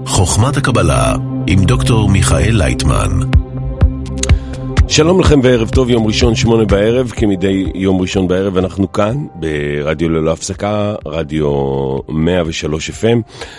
חוכמת הקבלה עם דוקטור מיכאל לייטמן. שלום לכם וערב טוב, יום ראשון 8 בערב, כמדי יום ראשון בערב אנחנו כאן ברדיו ללא הפסקה, רדיו 103 FM,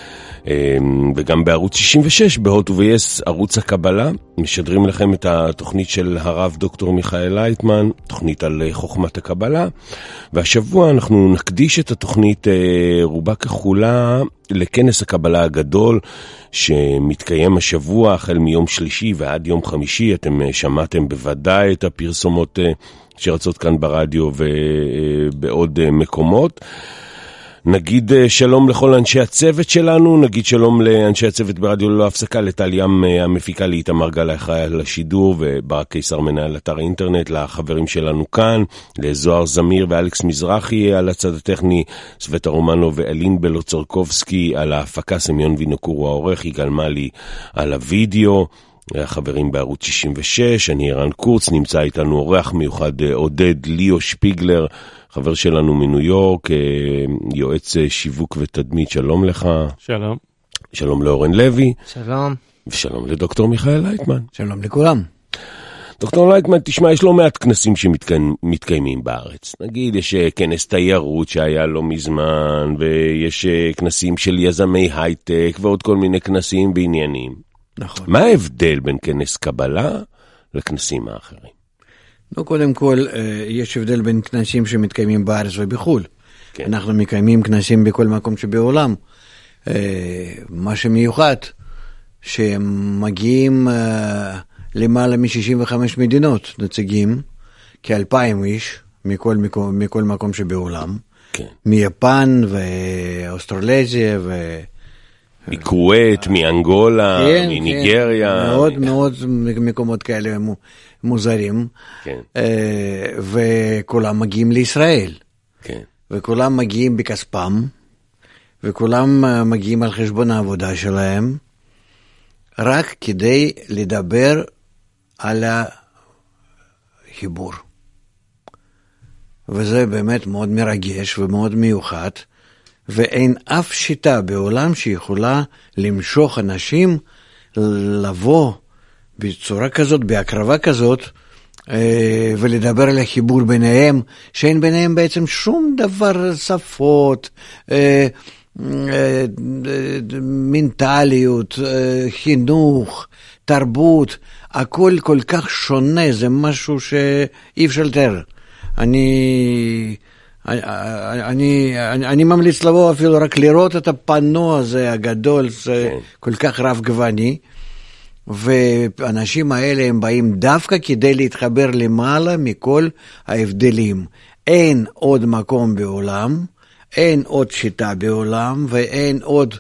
וגם בערוץ 66 בהוט וביס, ערוץ הקבלה. משדרים לכם את התוכנית של הרב דוקטור מיכאל לייטמן, תוכנית על חוכמת הקבלה, והשבוע אנחנו נקדיש את התוכנית רובה ככולה לכנס הקבלה הגדול שמתקיים השבוע החל מיום שלישי ועד יום חמישי. אתם שמעתם בוודאי את הפרסומות שרצות כאן ברדיו ובעוד מקומות. נגיד שלום לכל אנשי הצוות שלנו, נגיד שלום לאנשי הצוות ברדיו ללא הפסקה, לטל ים המפיקה, לאיתמר גל האחראי על השידור וברק קיסר מנהל אתר האינטרנט, לחברים שלנו כאן, לזוהר זמיר ואלכס מזרחי על הצד הטכני, סווטה רומנו ואלין בלוצרקובסקי על ההפקה, סמיון וינוקור העורך, יגאל מלי על הוידאו, החברים בערוץ 66, אני ערן קורץ, נמצא איתנו אורח מיוחד עודד ליאו שפיגלר, חבר שלנו מניו יורק, יועץ שיווק ותדמית. שלום לך. שלום. שלום לאורן לוי. שלום. ושלום לדוקטור מיכאל לייטמן. שלום לכולם. דוקטור לייטמן, תשמע, יש לא מעט כנסים שמתקיימים בארץ. נגיד, יש כנס תיירות שהיה לא מזמן, ויש כנסים של יזמי הייטק, ועוד כל מיני כנסים בעניינים. נכון. מה ההבדל בין כנס קבלה לכנסים האחרים? לא, קודם כל, יש הבדל בין כנסים שמתקיימים בארץ ובחול. כן. אנחנו מקיימים כנסים בכל מקום שבעולם. מה שמיוחד, שמגיעים למעלה מ-65 מדינות, נציגים, כ-2,000 איש, מכל מקום שבעולם. כן. מיפן ואוסטרלזיה מכווית, מאנגולה, כן, מניגריה. מאוד מאוד מקומות כאלה מוזרים. כן. וכולם מגיעים לישראל. כן. וכולם מגיעים בכספם, וכולם מגיעים על חשבון העבודה שלהם, רק כדי לדבר על החיבור. וזה באמת מאוד מרגש ומאוד מיוחד, ואין אף שיטה בעולם שיכולה למשוך אנשים לבוא בצורה כזאת, בהקרבה כזאת, ולדבר על החיבור ביניהם, שאין ביניהם בעצם שום דבר, שפות, מנטליות, חינוך, תרבות, הכל כל כך שונה, זה משהו שאי אפשר לתאר. אני ממליץ לבוא אפילו רק לראות את הפנו הזה הגדול, זה כל כך רב גווני, והאנשים האלה הם באים דווקא כדי להתחבר למעלה מכל ההבדלים. אין עוד מקום בעולם, אין עוד שיטה בעולם, ואין עוד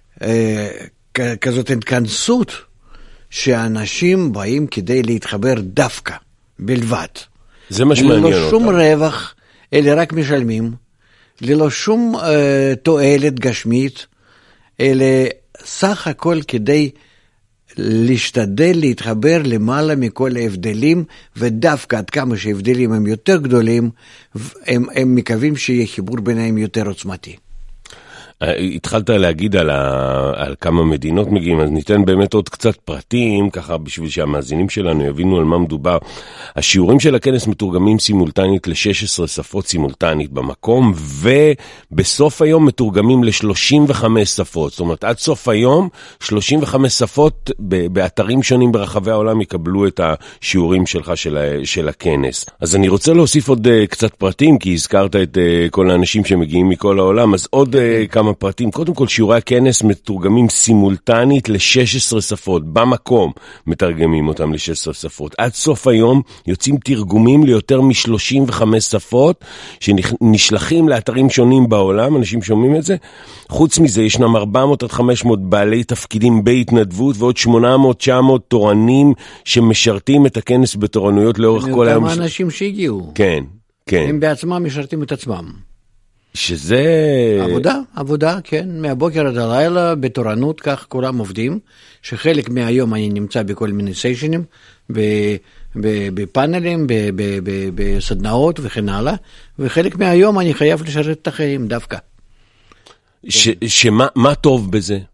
כזאת התכנסות שאנשים באים כדי להתחבר דווקא, בלבד. זה מה שמעניין אותם. ללא שום רווח, אלא רק משלמים, ללא שום תועלת גשמית, אלא סך הכל כדי להשתדל להתחבר למעלה מכל ההבדלים, ודווקא עד כמה שההבדלים הם יותר גדולים, הם מקווים שיהיה חיבור ביניהם יותר עוצמתי. התחלת להגיד על כמה מדינות מגיעים, אז ניתן באמת עוד קצת פרטים, ככה בשביל שהמאזינים שלנו יבינו על מה מדובר. השיעורים של הכנס מתורגמים סימולטנית ל-16 שפות סימולטנית במקום, ובסוף היום מתורגמים ל-35 שפות. זאת אומרת, עד סוף היום, 35 שפות באתרים שונים ברחבי העולם יקבלו את השיעורים שלך של הכנס. אז אני רוצה להוסיף עוד קצת פרטים, כי הזכרת את כל האנשים שמגיעים מכל העולם, אז עוד כמה פרטים. קודם כל, שיעורי הכנס מתורגמים סימולטנית ל-16 שפות. במקום מתרגמים אותם ל-16 שפות. עד סוף היום יוצאים תרגומים ליותר מ-35 שפות שנשלחים לאתרים שונים בעולם. אנשים שומעים את זה. חוץ מזה, ישנם 400 עד 500 בעלי תפקידים בהתנדבות ועוד 800-900 תורנים שמשרתים את הכנס בתורנויות לאורך כל היום. כמה אנשים שהגיעו. כן, כן. הם בעצמם משרתים את עצמם. שזה... עבודה, כן. מהבוקר עד הלילה, בתורנות, כך כולם עובדים, שחלק מהיום אני נמצא בכל מיני סיישנים, בפאנלים, בסדנאות וכן הלאה, וחלק מהיום אני חייב לשרת את החיים דווקא. מה טוב בזה?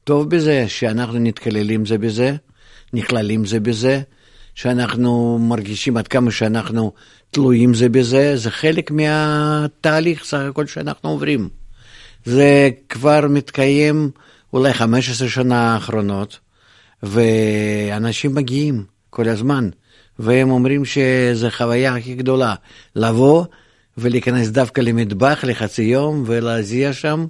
טוב בזה שאנחנו נתכללים זה בזה, נכללים זה בזה, שאנחנו מרגישים עד כמה שאנחנו תלויים זה בזה, זה חלק מהתהליך סך הכל שאנחנו עוברים. זה כבר מתקיים אולי 15 שנה האחרונות, ואנשים מגיעים כל הזמן, והם אומרים שזו חוויה הכי גדולה, לבוא ולהיכנס דווקא למטבח לחצי יום ולהזיע שם,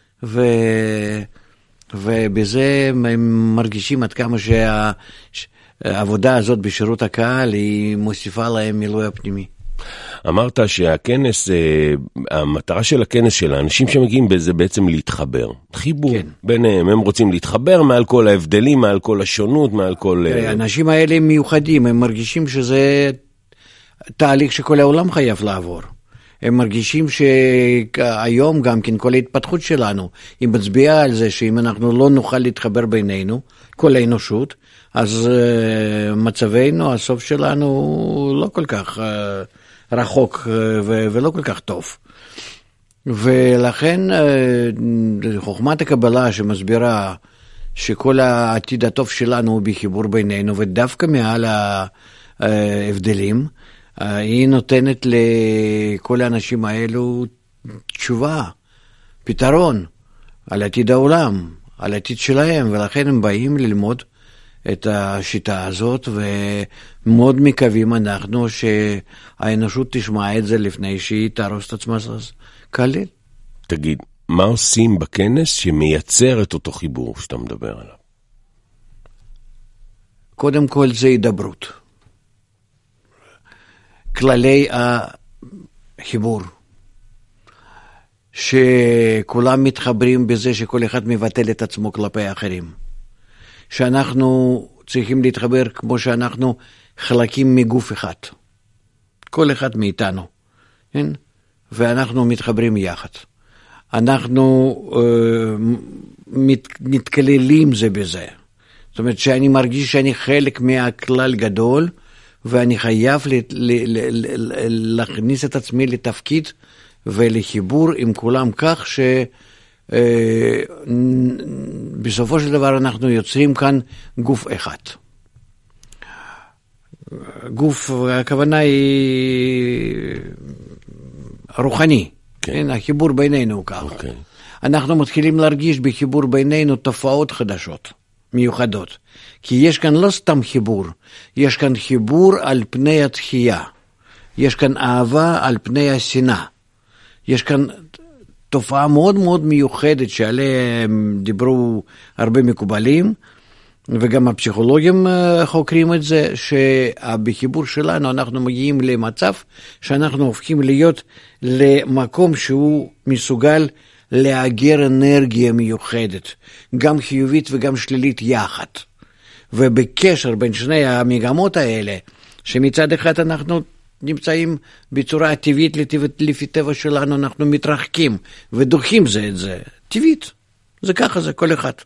ובזה הם מרגישים עד כמה שהעבודה הזאת בשירות הקהל היא מוסיפה להם מילוי הפנימי. אמרת שהכנס, המטרה של הכנס של האנשים שמגיעים בזה בעצם להתחבר. חיבור ביניהם, הם רוצים להתחבר מעל כל ההבדלים, מעל כל השונות, מעל כל... האנשים האלה הם מיוחדים, הם מרגישים שזה תהליך שכל העולם חייב לעבור. הם מרגישים שהיום גם כן כל ההתפתחות שלנו, היא מצביעה על זה שאם אנחנו לא נוכל להתחבר בינינו, כל האנושות, אז מצבנו, הסוף שלנו לא כל כך רחוק ולא כל כך טוב. ולכן חוכמת הקבלה שמסבירה שכל העתיד הטוב שלנו הוא בחיבור בינינו, ודווקא מעל ההבדלים, היא נותנת לכל האנשים האלו תשובה, פתרון על עתיד העולם, על העתיד שלהם, ולכן הם באים ללמוד את השיטה הזאת, ומאוד מקווים אנחנו שהאנושות תשמע את זה לפני שהיא תהרוס את עצמה כליל. תגיד, מה עושים בכנס שמייצר את אותו חיבור שאתה מדבר עליו? קודם כל זה הידברות. כללי החיבור. שכולם מתחברים בזה שכל אחד מבטל את עצמו כלפי האחרים. שאנחנו צריכים להתחבר כמו שאנחנו חלקים מגוף אחד. כל אחד מאיתנו. כן? ואנחנו מתחברים יחד. אנחנו מתכללים זה בזה. זאת אומרת שאני מרגיש שאני חלק מהכלל גדול, ואני חייב להכניס את עצמי לתפקיד ולחיבור עם כולם כך שבסופו של דבר אנחנו יוצרים כאן גוף אחד. גוף, הכוונה היא רוחני, כן. החיבור בינינו הוא ככה. אנחנו מתחילים להרגיש בחיבור בינינו תופעות חדשות, מיוחדות. כי יש כאן לא סתם חיבור, יש כאן חיבור על פני התחייה. יש כאן אהבה על פני השנאה. יש כאן תופעה מאוד מאוד מיוחדת שעליהם דיברו הרבה מקובלים, וגם הפסיכולוגים חוקרים את זה, שבחיבור שלנו אנחנו מגיעים למצב שאנחנו הופכים להיות למקום שהוא מסוגל לאגר אנרגיה מיוחדת, גם חיובית וגם שלילית יחד. ובקשר בין שני המגמות האלה, שמצד אחד אנחנו נמצאים בצורה טבעית לפי טבע שלנו, אנחנו מתרחקים ודוחים זה את זה, טבעית, זה ככה, זה כל אחד.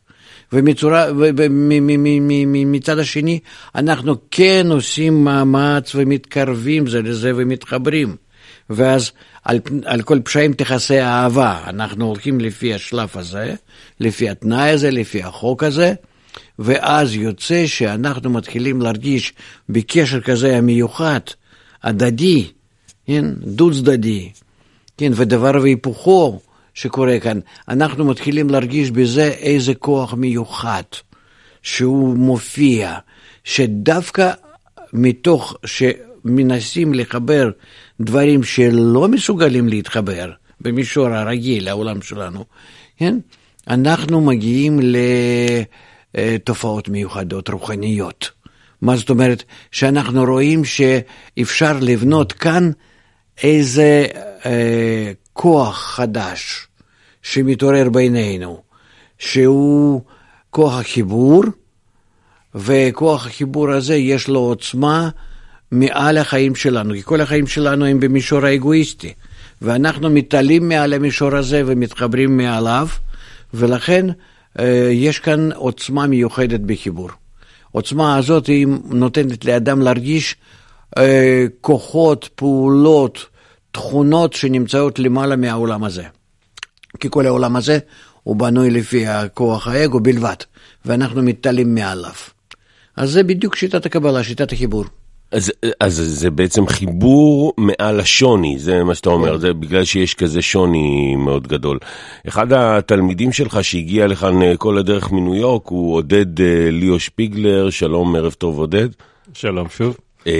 ומצד השני, אנחנו כן עושים מאמץ ומתקרבים זה לזה ומתחברים. ואז על כל פשעים תכסה האהבה. אנחנו הולכים לפי השלב הזה, לפי התנאי הזה, לפי החוק הזה, ואז יוצא שאנחנו מתחילים להרגיש בקשר כזה המיוחד, הדדי, כן? דו צדדי, כן? ודבר והיפוכו שקורה כאן, אנחנו מתחילים להרגיש בזה איזה כוח מיוחד שהוא מופיע, שדווקא מתוך שמנסים לחבר דברים שלא מסוגלים להתחבר במישור הרגיל, העולם שלנו, כן? אנחנו מגיעים לתופעות מיוחדות, רוחניות. מה זאת אומרת? שאנחנו רואים שאפשר לבנות כאן איזה כוח חדש שמתעורר בינינו, שהוא כוח החיבור, וכוח החיבור הזה יש לו עוצמה מעל החיים שלנו, כי כל החיים שלנו הם במישור האגואיסטי, ואנחנו מתעלים מעל המישור הזה ומתחברים מעליו, ולכן יש כאן עוצמה מיוחדת בחיבור. עוצמה הזאת היא נותנת לאדם להרגיש כוחות, פעולות, תכונות שנמצאות למעלה מהעולם הזה. כי כל העולם הזה הוא בנוי לפי הכוח האגו בלבד, ואנחנו מתעלים מעליו. אז זה בדיוק שיטת הקבלה, שיטת החיבור. אז זה בעצם חיבור מעל השוני, זה מה שאתה אומר, זה בגלל שיש כזה שוני מאוד גדול. אחד התלמידים שלך שהגיע לכאן כל הדרך מניו יורק, הוא עודד ליאו שפיגלר, שלום, ערב טוב עודד. שלום שוב.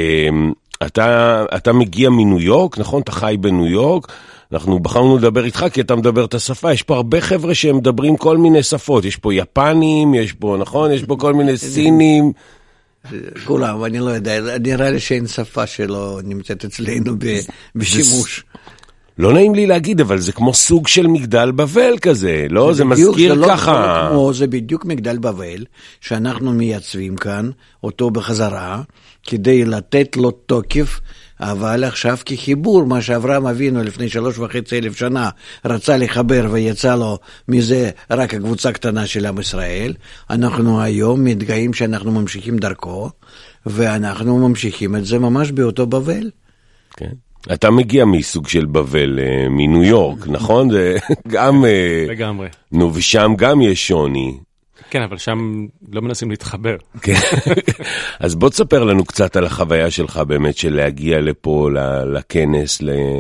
אתה מגיע מניו יורק, נכון? אתה חי בניו יורק, אנחנו בחרנו לדבר איתך כי אתה מדבר את השפה, יש פה הרבה חבר'ה שהם מדברים כל מיני שפות, יש פה יפנים, יש פה, נכון? יש פה כל מיני סינים. כולם, אני לא יודע, נראה לי שאין שפה שלא נמצאת אצלנו בשימוש. לא נעים לי להגיד, אבל זה כמו סוג של מגדל בבל כזה, לא? זה מזכיר ככה. זה בדיוק מגדל בבל, שאנחנו מייצבים כאן, אותו בחזרה, כדי לתת לו תוקף, אבל עכשיו כחיבור, מה שאברהם אבינו לפני 3,500 שנה רצה לחבר ויצא לו מזה רק הקבוצה קטנה של עם ישראל, אנחנו היום מתגאים שאנחנו ממשיכים דרכו, ואנחנו ממשיכים את זה ממש באותו בבל. כן. אתה מגיע מסוג של בבל, מניו יורק, נכון? זה גם... לגמרי. נו, ושם גם יש שוני. כן, אבל שם לא מנסים להתחבר. כן. אז בוא תספר לנו קצת על החוויה שלך באמת, של להגיע לפה, לכנס,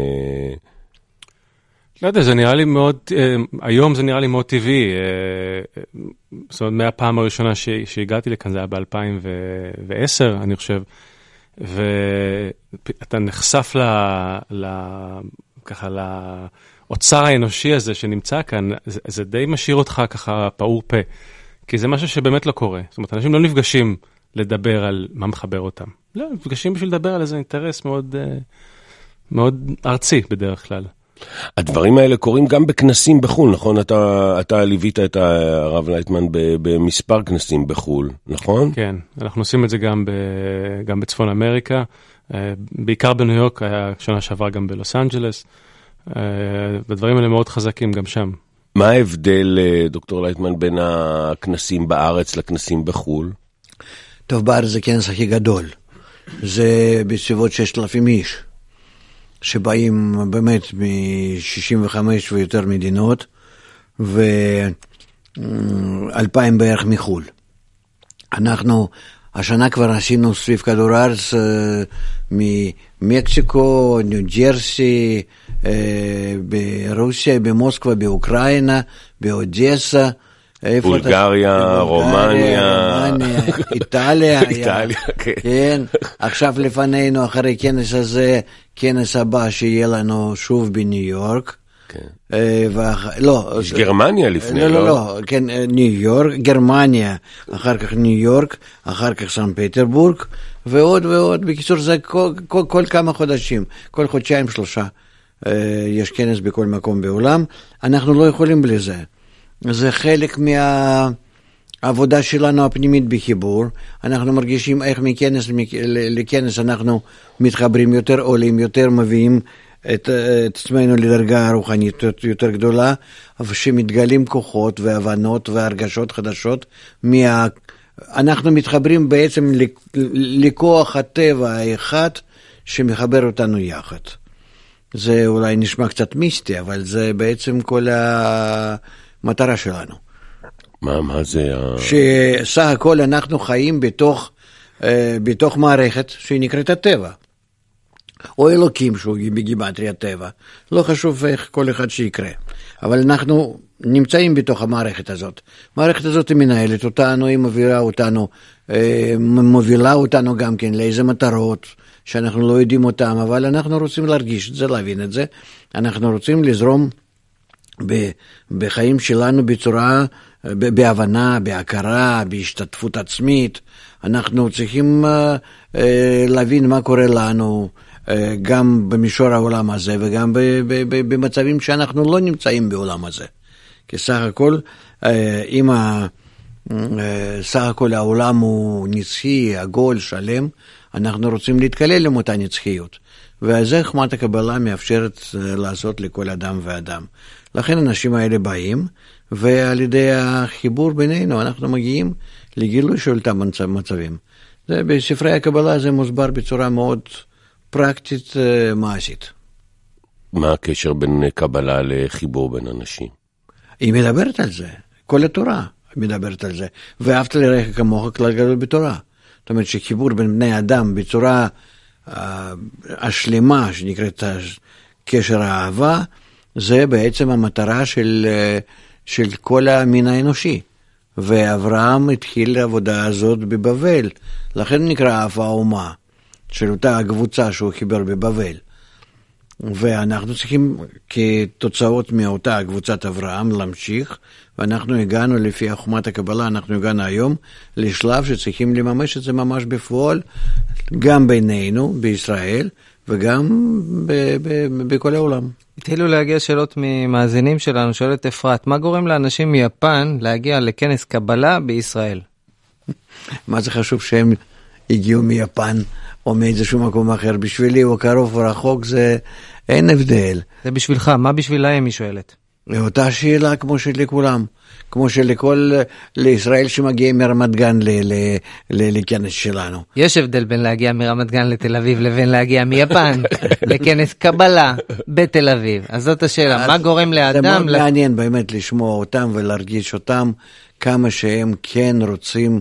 לא יודע, זה נראה לי מאוד, היום זה נראה לי מאוד טבעי. זאת אומרת, מהפעם הראשונה שהגעתי לכאן, זה היה ב-2010, אני חושב. ואתה נחשף ככה לאוצר האנושי הזה שנמצא כאן, זה די משאיר אותך ככה פעור פה, כי זה משהו שבאמת לא קורה. זאת אומרת, אנשים לא נפגשים לדבר על מה מחבר אותם. לא, נפגשים בשביל לדבר על איזה אינטרס מאוד, מאוד ארצי בדרך כלל. הדברים האלה קורים גם בכנסים בחול, נכון? אתה ליווית את הרב לייטמן במספר כנסים בחול, נכון? כן, אנחנו עושים את זה גם בצפון אמריקה, בעיקר בניו יורק, היה שנה שעברה גם בלוס אנג'לס, והדברים האלה מאוד חזקים גם שם. מה ההבדל, דוקטור לייטמן, בין הכנסים בארץ לכנסים בחול? טוב, בארץ זה כנס הכי גדול, זה בסביבות 6,000 איש. שבאים באמת מ-65 ויותר מדינות, ו2,000 בערך מחול. אנחנו, השנה כבר עשינו סביב כדור הארץ ממקסיקו, ניו ג'רסי, ברוסיה, במוסקבה, באוקראינה, באודסה, בולגריה, רומניה, איטליה, כן. עכשיו לפנינו, אחרי כנס הזה, כנס הבא שיהיה לנו שוב בניו יורק. יש גרמניה לפני, לא? לא, כן, ניו יורק, גרמניה, אחר כך ניו יורק, אחר כך סן פטרבורג, ועוד ועוד. בקיצור, זה כל כמה חודשים, כל חודשיים 3, יש כנס בכל מקום בעולם. אנחנו לא יכולים בלי זה. זה חלק מהעבודה שלנו הפנימית בחיבור. אנחנו מרגישים איך מכנס לכנס אנחנו מתחברים יותר, עולים יותר, מביאים את עצמנו לדרגה רוחנית יותר גדולה, שמתגלים כוחות והבנות והרגשות חדשות. אנחנו מתחברים בעצם לכוח הטבע האחד שמחבר אותנו יחד. זה אולי נשמע קצת מיסטי, אבל זה בעצם כל המטרה שלנו. מה זה? שסך הכל אנחנו חיים בתוך מערכת שהיא נקראת הטבע. או אלוקים שהוא בגימטריה טבע. לא חשוב איך כל אחד שיקרה. אבל אנחנו נמצאים בתוך המערכת הזאת. המערכת הזאת היא מנהלת אותנו, היא מובילה אותנו גם כן לאיזה מטרות שאנחנו לא יודעים אותם, אבל אנחנו רוצים להרגיש את זה, להבין את זה. אנחנו רוצים לזרום בחיים שלנו בצורה, בהבנה, בהכרה, בהשתתפות עצמית. אנחנו צריכים להבין מה קורה לנו, גם במישור העולם הזה וגם במצבים שאנחנו לא נמצאים בעולם הזה. כי סך הכל, אם סך הכל העולם הוא נצחי, עגול, שלם, אנחנו רוצים להתקלל עם אותה נצחיות. וזה חוכמת הקבלה מאפשרת לעשות לכל אדם ואדם. לכן האנשים האלה באים, ועל ידי החיבור בינינו אנחנו מגיעים לגילוי של אותם מצבים. בספרי הקבלה זה מוסבר בצורה מאוד פרקטית מעשית. מה הקשר בין קבלה לחיבור בין אנשים? היא מדברת על זה, כל התורה מדברת על זה, ואהבת לרעך כמוך כלל גדול בתורה. זאת אומרת שחיבור בין בני אדם בצורה השלמה, שנקראת קשר האהבה, זה בעצם המטרה של כל המין האנושי. ואברהם התחיל לעבודה הזאת בבבל, לכן נקרא אב האומה, של אותה הקבוצה שהוא חיבר בבבל. ואנחנו צריכים כתוצאות מאותה קבוצת אברהם להמשיך, ואנחנו הגענו לפי חוכמת הקבלה, אנחנו הגענו היום לשלב שצריכים לממש את זה ממש בפועל, גם בינינו, בישראל, וגם בכל העולם. התחילו להגיע שאלות ממאזינים שלנו, שואלת אפרת, מה גורם לאנשים מיפן להגיע לכנס קבלה בישראל? מה זה חשוב שהם הגיעו מיפן או מאיזשהו מקום אחר? בשבילי או קרוב או רחוק, זה אין הבדל. זה בשבילך, מה בשבילהם היא שואלת? אותה שאלה כמו שלכולם, כמו לישראל שמגיעים מרמת גן לכנס שלנו. יש הבדל בין להגיע מרמת גן לתל אביב לבין להגיע מיפן לכנס קבלה בתל אביב. אז זאת השאלה, מה גורם לאדם... זה מאוד מעניין באמת לשמוע אותם ולהרגיש אותם כמה שהם כן רוצים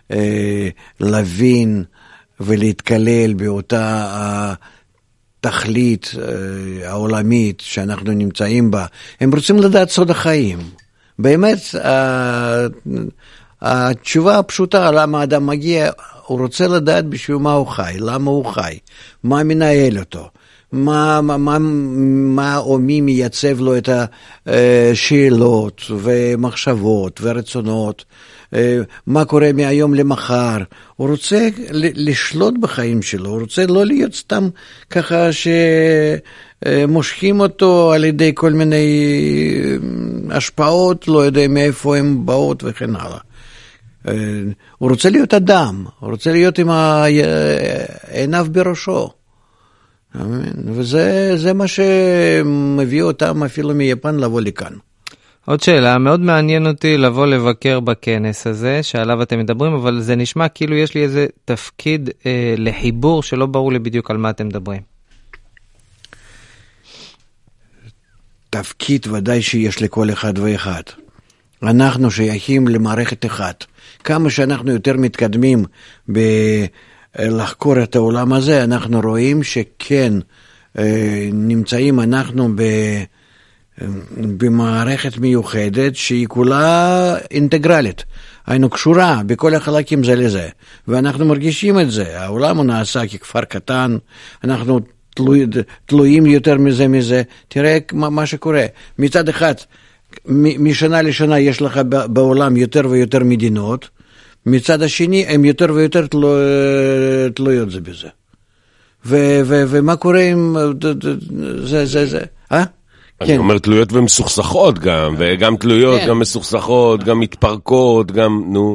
להבין ולהתקלל באותה תכלית העולמית שאנחנו נמצאים בה. הם רוצים לדעת סוד החיים. באמת, התשובה הפשוטה למה האדם מגיע, הוא רוצה לדעת בשביל מה הוא חי, למה הוא חי, מה מנהל אותו, מה או מי מייצב לו את השאלות ומחשבות ורצונות, מה קורה מהיום למחר. הוא רוצה לשלוט בחיים שלו, הוא רוצה לא להיות סתם ככה שמושכים אותו על ידי כל מיני השפעות, לא יודע מאיפה הן באות וכן הלאה. הוא רוצה להיות אדם, הוא רוצה להיות עם עיניו בראשו. וזה מה שמביא אותם אפילו מיפן לבוא לכאן. עוד שאלה, מאוד מעניין אותי לבוא לבקר בכנס הזה שעליו אתם מדברים, אבל זה נשמע כאילו יש לי איזה תפקיד לחיבור שלא ברור לי בדיוק על מה אתם מדברים. תפקיד ודאי שיש לכל אחד ואחד. אנחנו שייכים למערכת אחת. כמה שאנחנו יותר מתקדמים לחקור את העולם הזה, אנחנו רואים שכן נמצאים אנחנו במערכת מיוחדת שהיא כולה אינטגרלית, היינו קשורה בכל החלקים זה לזה, ואנחנו מרגישים את זה. העולם הוא נעשה ככפר קטן, אנחנו תלויים יותר מזה. תראה מה שקורה. מצד אחד, משנה לשנה יש לך בעולם יותר ויותר מדינות, מצד השני הם יותר ויותר תלויות זה בזה. ומה קורה עם זה? אני אומר תלויות ומסוכסכות גם, וגם תלויות, גם מסוכסכות, גם מתפרקות, גם, נו.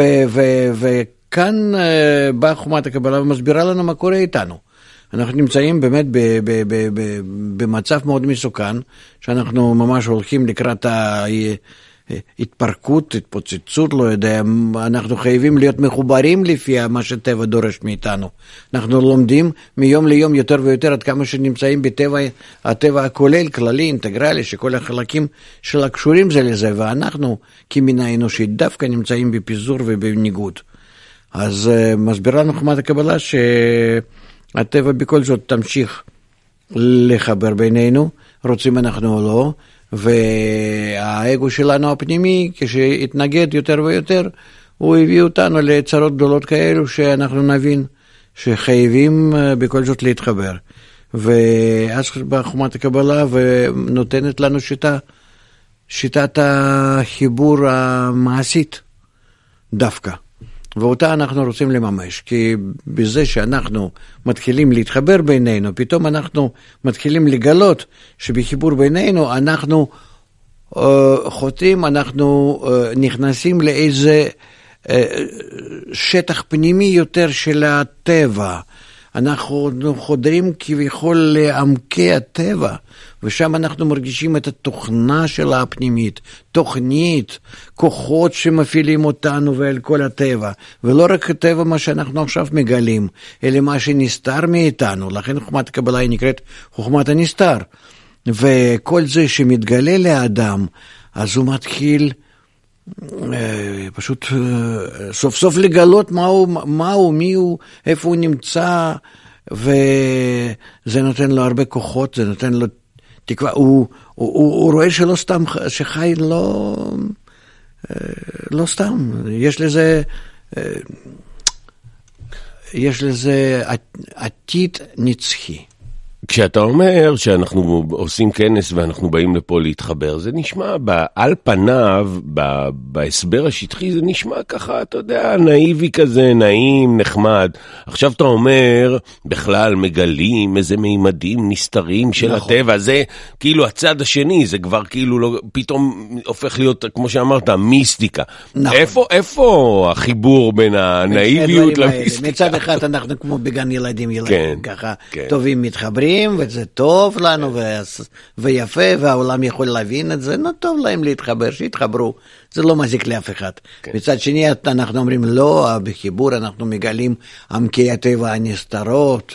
וכאן באה חומת הקבלה ומסבירה לנו מה קורה איתנו. אנחנו נמצאים באמת במצב מאוד מסוכן, שאנחנו ממש הולכים לקראת התפרקות, התפוצצות, לא יודע, אנחנו חייבים להיות מחוברים לפי מה שטבע דורש מאיתנו. אנחנו לומדים מיום ליום יותר ויותר עד כמה שנמצאים הטבע הכולל, כללי, אינטגרלי, שכל החלקים שלה קשורים זה לזה, ואנחנו כמין האנושית דווקא נמצאים בפיזור ובניגוד. אז מסבירה לנו חומת הקבלה שהטבע בכל זאת תמשיך לחבר בינינו, רוצים אנחנו או לא, והאגו שלנו הפנימי, כשהתנגד יותר ויותר, הוא הביא אותנו לצרות גדולות כאלו שאנחנו נבין שחייבים בכל זאת להתחבר. ואז בחומת הקבלה ונותנת לנו שיטת החיבור המעשית דווקא. ואותה אנחנו רוצים לממש, כי בזה שאנחנו מתחילים להתחבר בינינו, פתאום אנחנו מתחילים לגלות שבחיבור בינינו אנחנו חותרים, אנחנו נכנסים לאיזה שטח פנימי יותר של הטבע. אנחנו חודרים כביכול לעמקי הטבע, ושם אנחנו מרגישים את התוכנה של הפנימית, תוכנית, כוחות שמפעילים אותנו ואל כל הטבע, ולא רק הטבע מה שאנחנו עכשיו מגלים, אלא מה שנסתר מאיתנו. לכן חוכמת הקבלה היא נקראת חוכמת הנסתר, וכל זה שמתגלה לאדם, אז הוא מתחיל פשוט סוף סוף לגלות מהו, מי הוא, איפה הוא נמצא, וזה נותן לו הרבה כוחות, זה נותן לו תקווה, הוא רואה שלא סתם, שחי לא סתם, יש לזה עתיד נצחי. כשאתה אומר שאנחנו עושים כנס ואנחנו באים לפה להתחבר, זה נשמע על פניו, בהסבר השטחי, זה נשמע ככה, אתה יודע, נאיבי כזה, נעים, נחמד. עכשיו אתה אומר, בכלל מגלים איזה מימדים נסתרים של הטבע, זה כאילו הצד השני, זה כבר כאילו לא, פתאום הופך להיות, כמו שאמרת, מיסטיקה. איפה החיבור בין הנאיביות למיסטיקה? מצד אחד אנחנו כמו בגן ילדים, ככה טובים מתחברים, וזה טוב לנו ויפה, והעולם יכול להבין את זה, טוב להם להתחבר, שיתחברו, זה לא מזיק לאף אחד. מצד שני אנחנו אומרים לא, בחיבור אנחנו מגלים עמקי הטבע הנסתרות,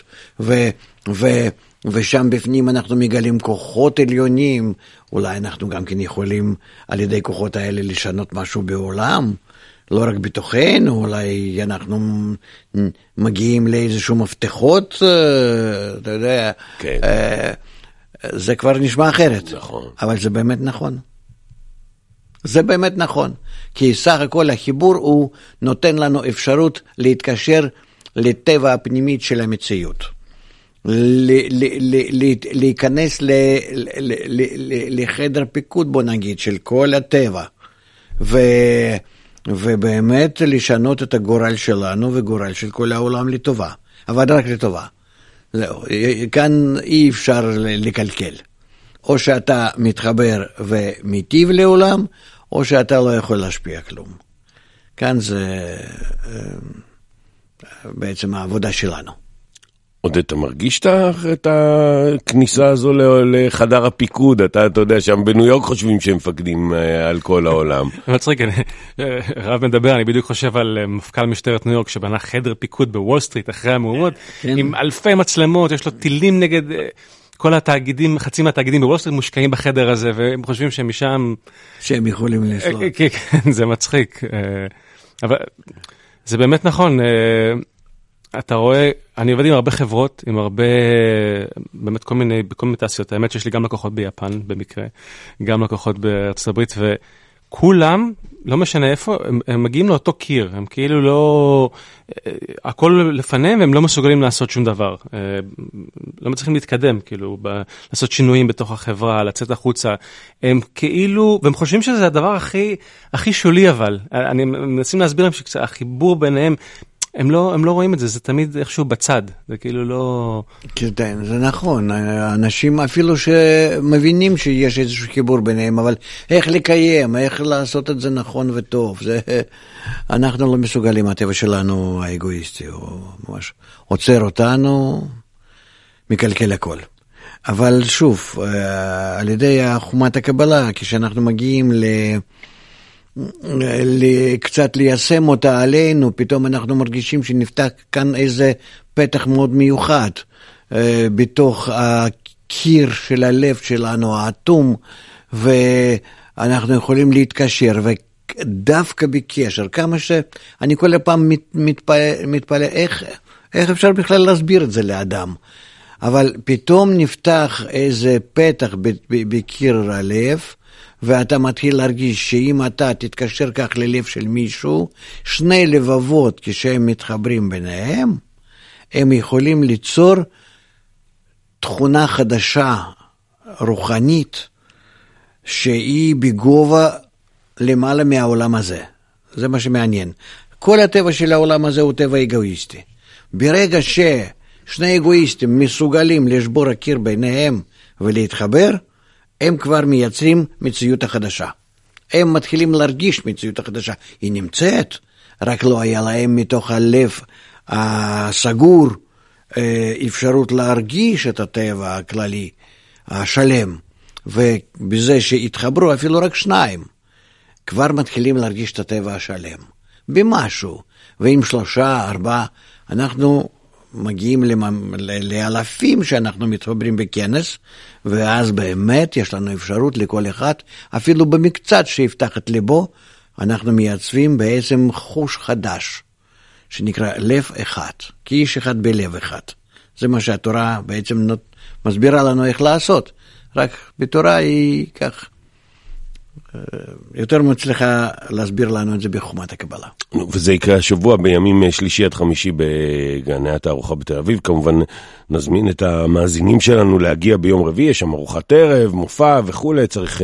ושם בפנים אנחנו מגלים כוחות עליונים, אולי אנחנו גם כן יכולים על ידי כוחות האלה לשנות משהו בעולם, לא רק בתוכנו, אולי אנחנו מגיעים לאיזשהו מפתחות, אתה יודע, כן. זה כבר נשמע אחרת, נכון. אבל זה באמת נכון. זה באמת נכון, כי סך הכל החיבור הוא נותן לנו אפשרות להתקשר לטבע הפנימית של המציאות. להיכנס לחדר פיקוד, בוא נגיד, של כל הטבע, ובאמת לשנות את הגורל שלנו וגורל של כל העולם לטובה, אבל רק לטובה. כאן אי אפשר לקלקל. או שאתה מתחבר ומיטיב לעולם, או שאתה לא יכול להשפיע כלום. כאן זה בעצם העבודה שלנו. עוד אתה מרגיש את הכניסה הזו לחדר הפיקוד? אתה יודע, שם בניו יורק חושבים שהם מפקדים על כל העולם. מצחיק, רב מדבר, אני בדיוק חושב על מפכ"ל משטרת ניו יורק שבנה חדר פיקוד בוול סטריט אחרי המהומות, עם אלפי מצלמות, יש לו טילים נגד כל התאגידים, חצי מהתאגידים בוול סטריט מושקעים בחדר הזה, והם חושבים שהם משם... שהם יכולים לשלוט. כן, זה מצחיק. אבל זה באמת נכון, אתה רואה, אני עובד עם הרבה חברות, עם הרבה, באמת כל מיני תעשיות, האמת שיש לי גם לקוחות ביפן במקרה, גם לקוחות בארצות הברית, וכולם, לא משנה איפה, הם מגיעים לאותו קיר, הם כאילו לא, הכל לפניהם, והם לא מסוגלים לעשות שום דבר, לא מצליחים להתקדם, כאילו, לעשות שינויים בתוך החברה, לצאת החוצה, הם כאילו, והם חושבים שזה הדבר הכי שולי אבל, אני מנסים להסביר להם שהחיבור ביניהם, הם לא רואים את זה, זה תמיד איכשהו בצד, זה כאילו לא... כן, זה נכון, אנשים אפילו שמבינים שיש איזשהו חיבור ביניהם, אבל איך לקיים, איך לעשות את זה נכון וטוב, אנחנו לא מסוגלים, הטבע שלנו האגואיסטי, הוא ממש עוצר אותנו, מקלקל הכל. אבל שוב, על ידי חומת הקבלה, כשאנחנו מגיעים קצת ליישם אותה עלינו, פתאום אנחנו מרגישים שנפתח כאן איזה פתח מאוד מיוחד בתוך הקיר של הלב שלנו, האטום, ואנחנו יכולים להתקשר, ודווקא בקשר, כמה שאני כל הפעם מתפלא, איך אפשר בכלל להסביר את זה לאדם, אבל פתאום נפתח איזה פתח בקיר הלב, ואתה מתחיל להרגיש שאם אתה תתקשר כך ללב של מישהו, שני לבבות כשהם מתחברים ביניהם, הם יכולים ליצור תכונה חדשה, רוחנית, שהיא בגובה למעלה מהעולם הזה. זה מה שמעניין. כל הטבע של העולם הזה הוא טבע אגואיסטי. ברגע ששני אגואיסטים מסוגלים לשבור הקיר ביניהם ולהתחבר, הם כבר מייצרים מציאות החדשה. הם מתחילים להרגיש מציאות החדשה. היא נמצאת, רק לא היה להם מתוך הלב הסגור אפשרות להרגיש את הטבע הכללי, השלם. ובזה שהתחברו אפילו רק שניים, כבר מתחילים להרגיש את הטבע השלם. במשהו. ועם 3, 4, אנחנו מגיעים לאלפים שאנחנו מתחברים בכנס, ואז באמת יש לנו אפשרות לכל אחד, אפילו במקצת שיפתח את ליבו, אנחנו מייצבים בעצם חוש חדש, שנקרא לב אחד, כאיש אחד בלב אחד. זה מה שהתורה בעצם מסבירה לנו איך לעשות, רק בתורה היא כך יותר מצליחה להסביר לנו את זה בחוכמת הקבלה. וזה יקרה השבוע בימים שלישי עד חמישי בגני התערוכה בתל אביב. כמובן נזמין את המאזינים שלנו להגיע ביום רביעי, יש שם ארוחת ערב, מופע וכו'. צריך,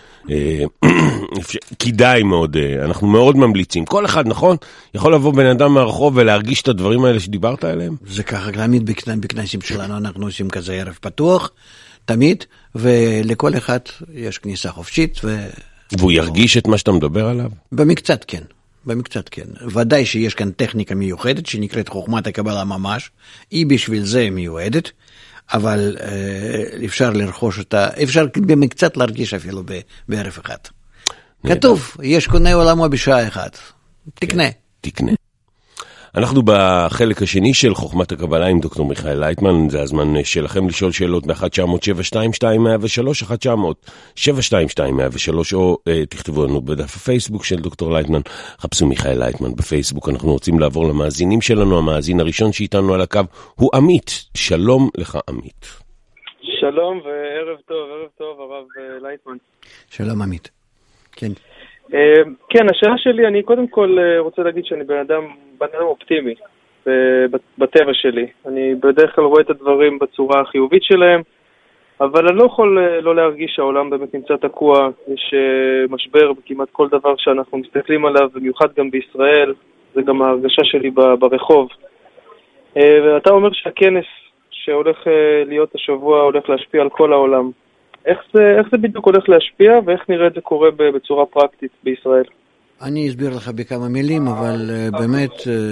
כדאי מאוד, אנחנו מאוד ממליצים. כל אחד, נכון, יכול לבוא בן אדם מהרחוב ולהרגיש את הדברים האלה שדיברת עליהם? זה ככה, תמיד בכנסים שלנו אנחנו עושים כזה ערב פתוח, תמיד, ולכל אחד יש כניסה חופשית. והוא ירגיש את מה שאתה מדבר עליו? במקצת כן, במקצת כן. ודאי שיש כאן טכניקה מיוחדת שנקראת חוכמת הקבלה ממש, היא בשביל זה מיועדת, אבל אפשר לרכוש אותה, אפשר במקצת להרגיש אפילו בערב אחד. כתוב, יש קונה עולמו בשעה אחת. תקנה. תקנה. אנחנו בחלק השני של חוכמת הקבלה עם דוקטור מיכאל לייטמן. זה הזמן שלכם לשאול שאלות ב-1-900-722-103, 1-900-722-103, או תכתבו לנו בדף הפייסבוק של דוקטור לייטמן, חפשו מיכאל לייטמן בפייסבוק. אנחנו רוצים לעבור למאזינים שלנו. המאזין הראשון שאיתנו על הקו הוא עמית. שלום לך עמית. שלום וערב טוב הרב לייטמן. שלום עמית. כן. כן, השאלה שלי, אני קודם כל רוצה להגיד שאני בן אדם אופטימי בטבע שלי. אני בדרך כלל רואה את הדברים בצורה החיובית שלהם, אבל אני לא יכול לא להרגיש שהעולם באמת נמצא תקוע. יש משבר בכמעט כל דבר שאנחנו מסתכלים עליו, במיוחד גם בישראל, זה גם ההרגשה שלי ברחוב. ואתה אומר שהכנס שהולך להיות השבוע הולך להשפיע על כל העולם. איך זה בדיוק הולך להשפיע, ואיך נראה את זה קורה בצורה פרקטית בישראל? אני אסביר לך בכמה מילים, אבל באמת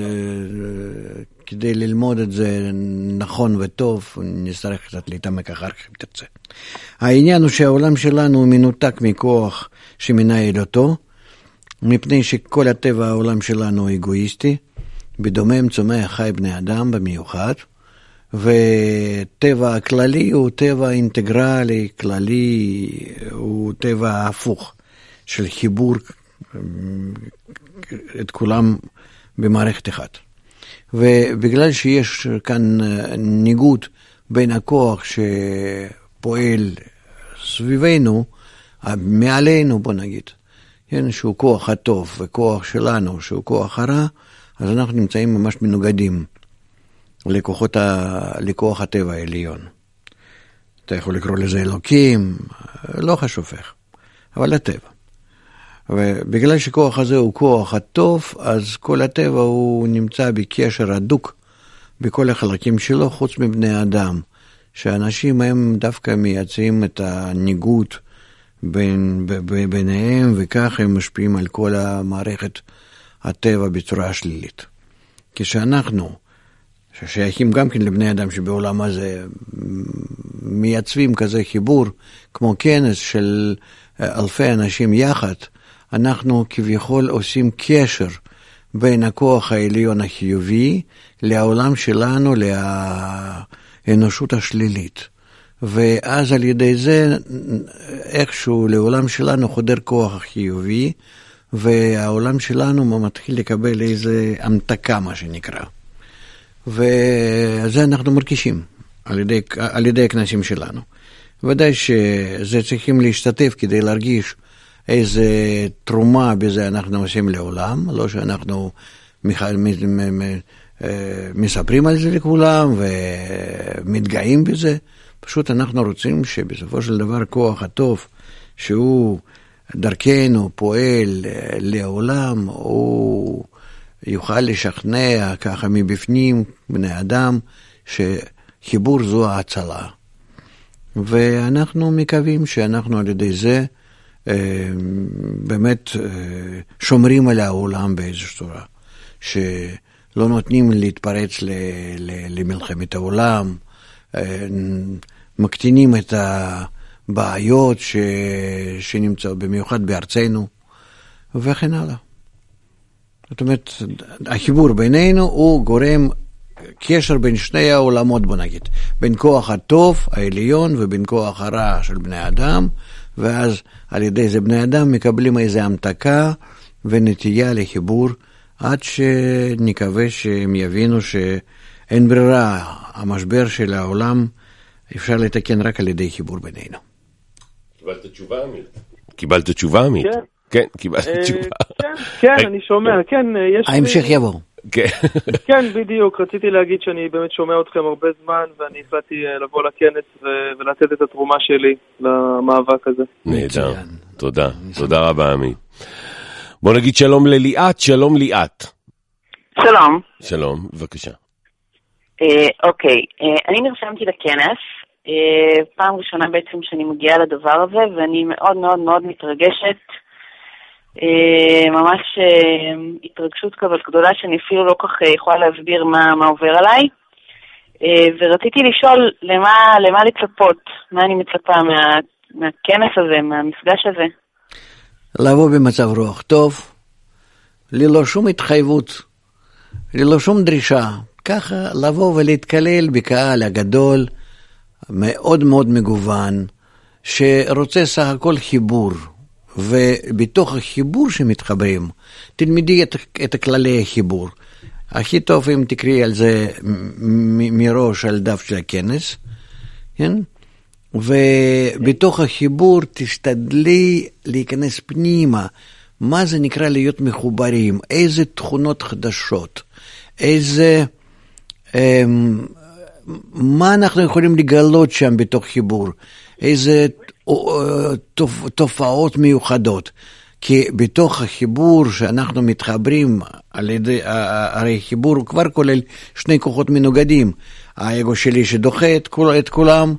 כדי ללמוד את זה נכון וטוב, נצטרך קצת להתעמק אחר כך אם תרצה. העניין הוא שהעולם שלנו מנותק מכוח שמנהל אותו, מפני שכל הטבע העולם שלנו הוא אגואיסטי, בדומם צומח חי בני אדם במיוחד, וטבע הכללי הוא טבע אינטגרלי, כללי, הוא טבע הפוך של חיבור את כולם במערכת אחת. ובגלל שיש כאן ניגוד בין הכוח שפועל סביבנו, מעלינו בוא נגיד, כן, שהוא כוח הטוב וכוח שלנו שהוא כוח הרע, אז אנחנו נמצאים ממש מנוגדים לכוח הטבע העליון. אתה יכול לקרוא לזה אלוקים, לא חשוב איך, אבל הטבע. ובגלל שכוח הזה הוא כוח הטוב, אז כל הטבע הוא נמצא בקשר הדוק בכל החלקים שלו, חוץ מבני אדם, שאנשים הם דווקא מייצאים את הניגוד ביניהם, וכך הם משפיעים על כל המערכת הטבע בצורה שלילית. כשאנחנו ששייכים גם כן לבני אדם שבעולם הזה מייצבים כזה חיבור, כמו כנס של אלפי אנשים יחד, אנחנו כביכול עושים קשר בין הכוח העליון החיובי לעולם שלנו, לאנושות השלילית. ואז על ידי זה איכשהו לעולם שלנו חודר כוח החיובי, והעולם שלנו מתחיל לקבל איזה המתקה מה שנקרא. וזה אנחנו מרגישים על ידי הכנסים שלנו. ודאי שזה צריכים להשתתף כדי להרגיש איזה תרומה בזה אנחנו עושים לעולם, לא שאנחנו מספרים על זה לכולם ומתגאים בזה, פשוט אנחנו רוצים שבסופו של דבר כוח הטוב שהוא דרכנו פועל לעולם, הוא יוכל לשכנע ככה מבפנים בני אדם שחיבור זו ההצלה. ואנחנו מקווים שאנחנו על ידי זה באמת שומרים על העולם באיזושהי צורה, שלא נותנים להתפרץ למלחמת העולם, מקטינים את הבעיות שנמצאו במיוחד בארצנו וכן הלאה. זאת אומרת, החיבור בינינו הוא גורם קשר בין שני העולמות, בוא נגיד, בין כוח הטוב, העליון, ובין כוח הרע של בני אדם, ואז על ידי זה בני אדם מקבלים איזו המתקה ונטייה לחיבור, עד שנקווה שהם יבינו שאין ברירה, המשבר של העולם אפשר לתקן רק על ידי חיבור בינינו. קיבלת תשובה, עמית? קיבלת תשובה, עמית? כן. כן, קיבלת תשובה. כן, אני שומע, כן, יש לי... ההמשך יבוא. כן, בדיוק, רציתי להגיד שאני באמת שומע אתכם הרבה זמן, ואני החלטתי לבוא לכנס ולתת את התרומה שלי למאבק הזה. נהדר, תודה, תודה רבה, עמית. בוא נגיד שלום לליאת, שלום ליאת. שלום. שלום, בבקשה. אוקיי, אני נרשמתי לכנס, פעם ראשונה בעצם שאני מגיעה לדבר הזה, ואני מאוד מאוד מאוד מתרגשת, ממש התרגשות כזאת גדולה שאני אפילו לא כך יכולה להסביר מה עובר עליי, ורציתי לשאול למה לצפות, מה אני מצפה מהכנס הזה, מהמפגש הזה. לבוא במצב רוח טוב, ללא שום התחייבות, ללא שום דרישה, ככה לבוא ולהתקלל בקהל הגדול, מאוד מאוד מגוון, שרוצה סך הכל חיבור, ובתוך החיבור שמתחברים, תלמדי את כללי החיבור. הכי טוב אם תקראי על זה מראש על דף של הכנס, כן? ובתוך החיבור תשתדלי להיכנס פנימה, מה זה נקרא להיות מחוברים, איזה תכונות חדשות, מה אנחנו יכולים לגלות שם בתוך חיבור, איזה תופעות מיוחדות, כי בתוך החיבור שאנחנו מתחברים על ידי, הרי חיבור הוא כבר כולל שני כוחות מנוגדים, האגו שלי שדוחה את כולם,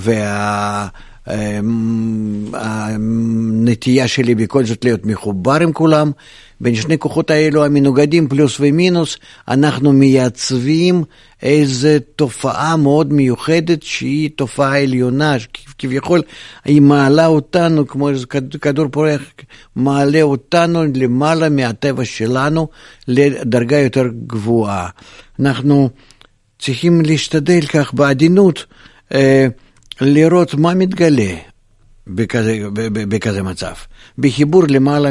והנטייה שלי בכל זאת להיות מחובר עם כולם, בין שני כוחות האלו המנוגדים פלוס ומינוס, אנחנו מייצבים איזו תופעה מאוד מיוחדת שהיא תופעה עליונה, כביכול היא מעלה אותנו, כמו איזה כדור פורח, מעלה אותנו למעלה מהטבע שלנו לדרגה יותר גבוהה. אנחנו צריכים להשתדל כך בעדינות, לראות מה מתגלה בכזה מצב. בחיבור למעלה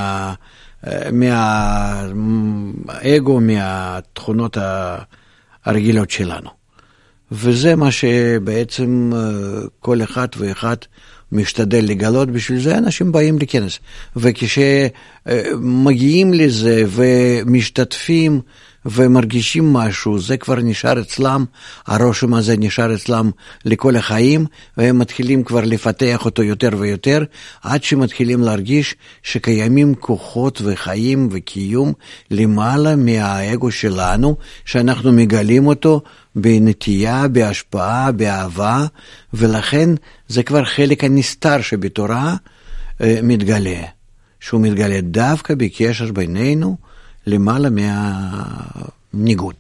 מהאגו, מהתכונות הרגילות שלנו. וזה מה שבעצם כל אחד ואחד משתדל לגלות, בשביל זה אנשים באים לכנס. וכשמגיעים לזה ומשתתפים ומרגישים משהו, זה כבר נשאר אצלם, הרושם הזה נשאר אצלם לכל החיים, והם מתחילים כבר לפתח אותו יותר ויותר, עד שמתחילים להרגיש שקיימים כוחות וחיים וקיום למעלה מהאגו שלנו, שאנחנו מגלים אותו בנטייה, בהשפעה, באהבה, ולכן זה כבר חלק הנסתר שבתורה מתגלה, שהוא מתגלה דווקא בקשר בינינו, למעלה מהניגוד.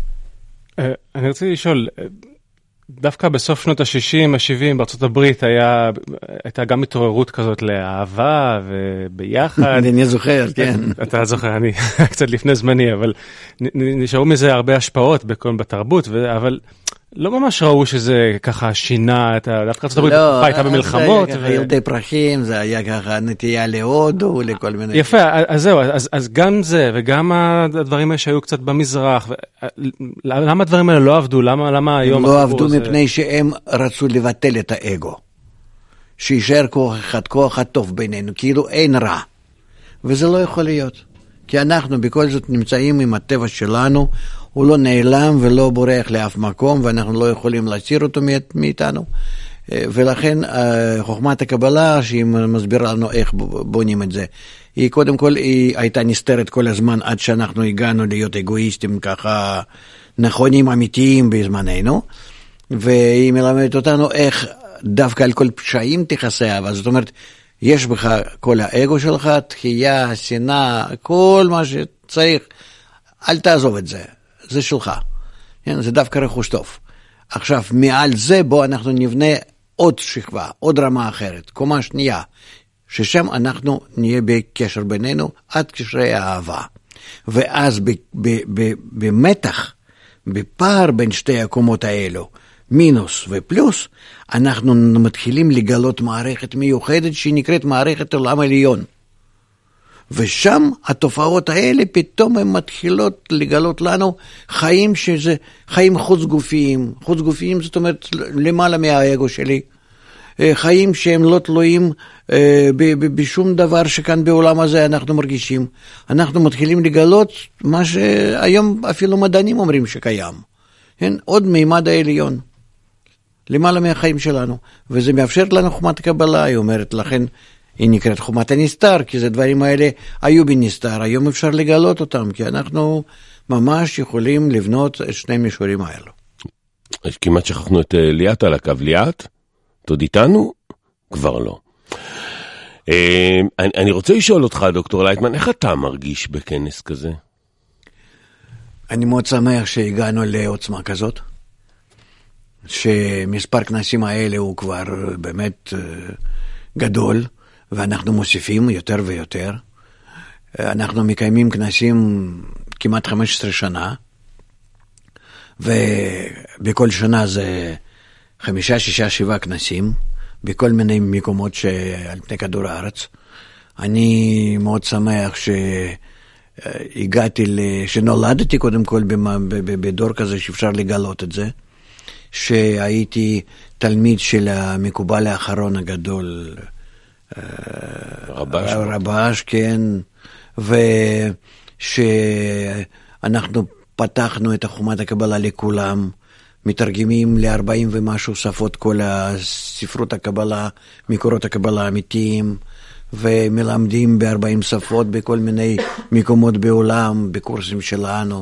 אני רוצה לשאול, דווקא בסוף שנות ה-60, ה-70 בארצות הברית הייתה גם התעוררות כזאת לאהבה וביחד. אני זוכר, כן. אתה זוכר, אני קצת לפני זמני, אבל נשארו מזה הרבה השפעות בתרבות, אבל לא ממש ראו שזה ככה שינה, דווקא ארצות הברית הייתה במלחמות. זה היה ככה ילדי פרחים, זה היה ככה נטייה להודו, לכל מיני... יפה, אז זהו, אז גם זה, וגם הדברים האלה שהיו קצת במזרח, למה הדברים האלה לא עבדו? למה היום... לא עבדו מפני שהם רצו לבטל את האגו. שישאר כוח אחד, כוח הטוב בינינו, כאילו אין רע. וזה לא יכול להיות. כי אנחנו בכל זאת נמצאים עם הטבע שלנו, הוא לא נעלם ולא בורח לאף מקום, ואנחנו לא יכולים להסיר אותו מאיתנו. ולכן חוכמת הקבלה, שהיא מסבירה לנו איך בונים את זה, היא קודם כל היא הייתה נסתרת כל הזמן, עד שאנחנו הגענו להיות אגואיסטים ככה נכונים, אמיתיים בזמננו, והיא מלמדת אותנו איך דווקא על כל פשעים תכסה אהבה. זאת אומרת, יש בך כל האגו שלך, תחייה, שנאה, כל מה שצריך, אל תעזוב את זה, זה שלך. זה דווקא רכוש טוב. עכשיו, מעל זה בוא אנחנו נבנה עוד שכבה, עוד רמה אחרת, קומה שנייה, ששם אנחנו נהיה בקשר בינינו עד קשרי האהבה. ואז במתח בפער בין שתי הקומות האלו, מינוס ופלוס, אנחנו מתחילים לגלות מערכת מיוחדת שנקראת מערכת עולם עליון. ושם התופעות האלה פתאום הן מתחילות לגלות לנו חיים שזה חיים חוץ גופיים. חוץ גופיים זאת אומרת למעלה מהאגו שלי. חיים שהם לא תלויים בשום דבר שכאן בעולם הזה אנחנו מרגישים. אנחנו מתחילים לגלות מה שהיום אפילו מדענים אומרים שקיים. עוד מימד העליון. למעלה מהחיים שלנו. וזה מאפשר לנו חומת קבלה, היא אומרת לכן, היא נקראת חומת הנסתר, כי זה דברים האלה היו בנסתר, היום אפשר לגלות אותם, כי אנחנו ממש יכולים לבנות את שני מישורים האלו. כמעט שכחנו את ליאת על הקו. ליאת? תוד איתנו? כבר לא. אני רוצה לשאול אותך, דוקטור לייטמן, איך אתה מרגיש בכנס כזה? אני מאוד שמח שהגענו לעוצמה כזאת, שמספר כנסים האלה הוא כבר באמת גדול, ואנחנו מוסיפים יותר ויותר. אנחנו מקיימים כנסים כמעט 15 שנה, ובכל שנה זה 5, 6, 7 כנסים, בכל מיני מקומות על פני כדור הארץ. אני מאוד שמח שהגעתי, שנולדתי קודם כל בדור כזה שאפשר לגלות את זה, שהייתי תלמיד של המקובל האחרון הגדול, רבש, כן, ושאנחנו פתחנו את חומת הקבלה לכולם, מתרגמים ל40 ומשהו שפות כל הספרות הקבלה, מקורות הקבלה האמיתיים, ומלמדים ב40 שפות בכל מיני מקומות בעולם, בקורסים שלנו,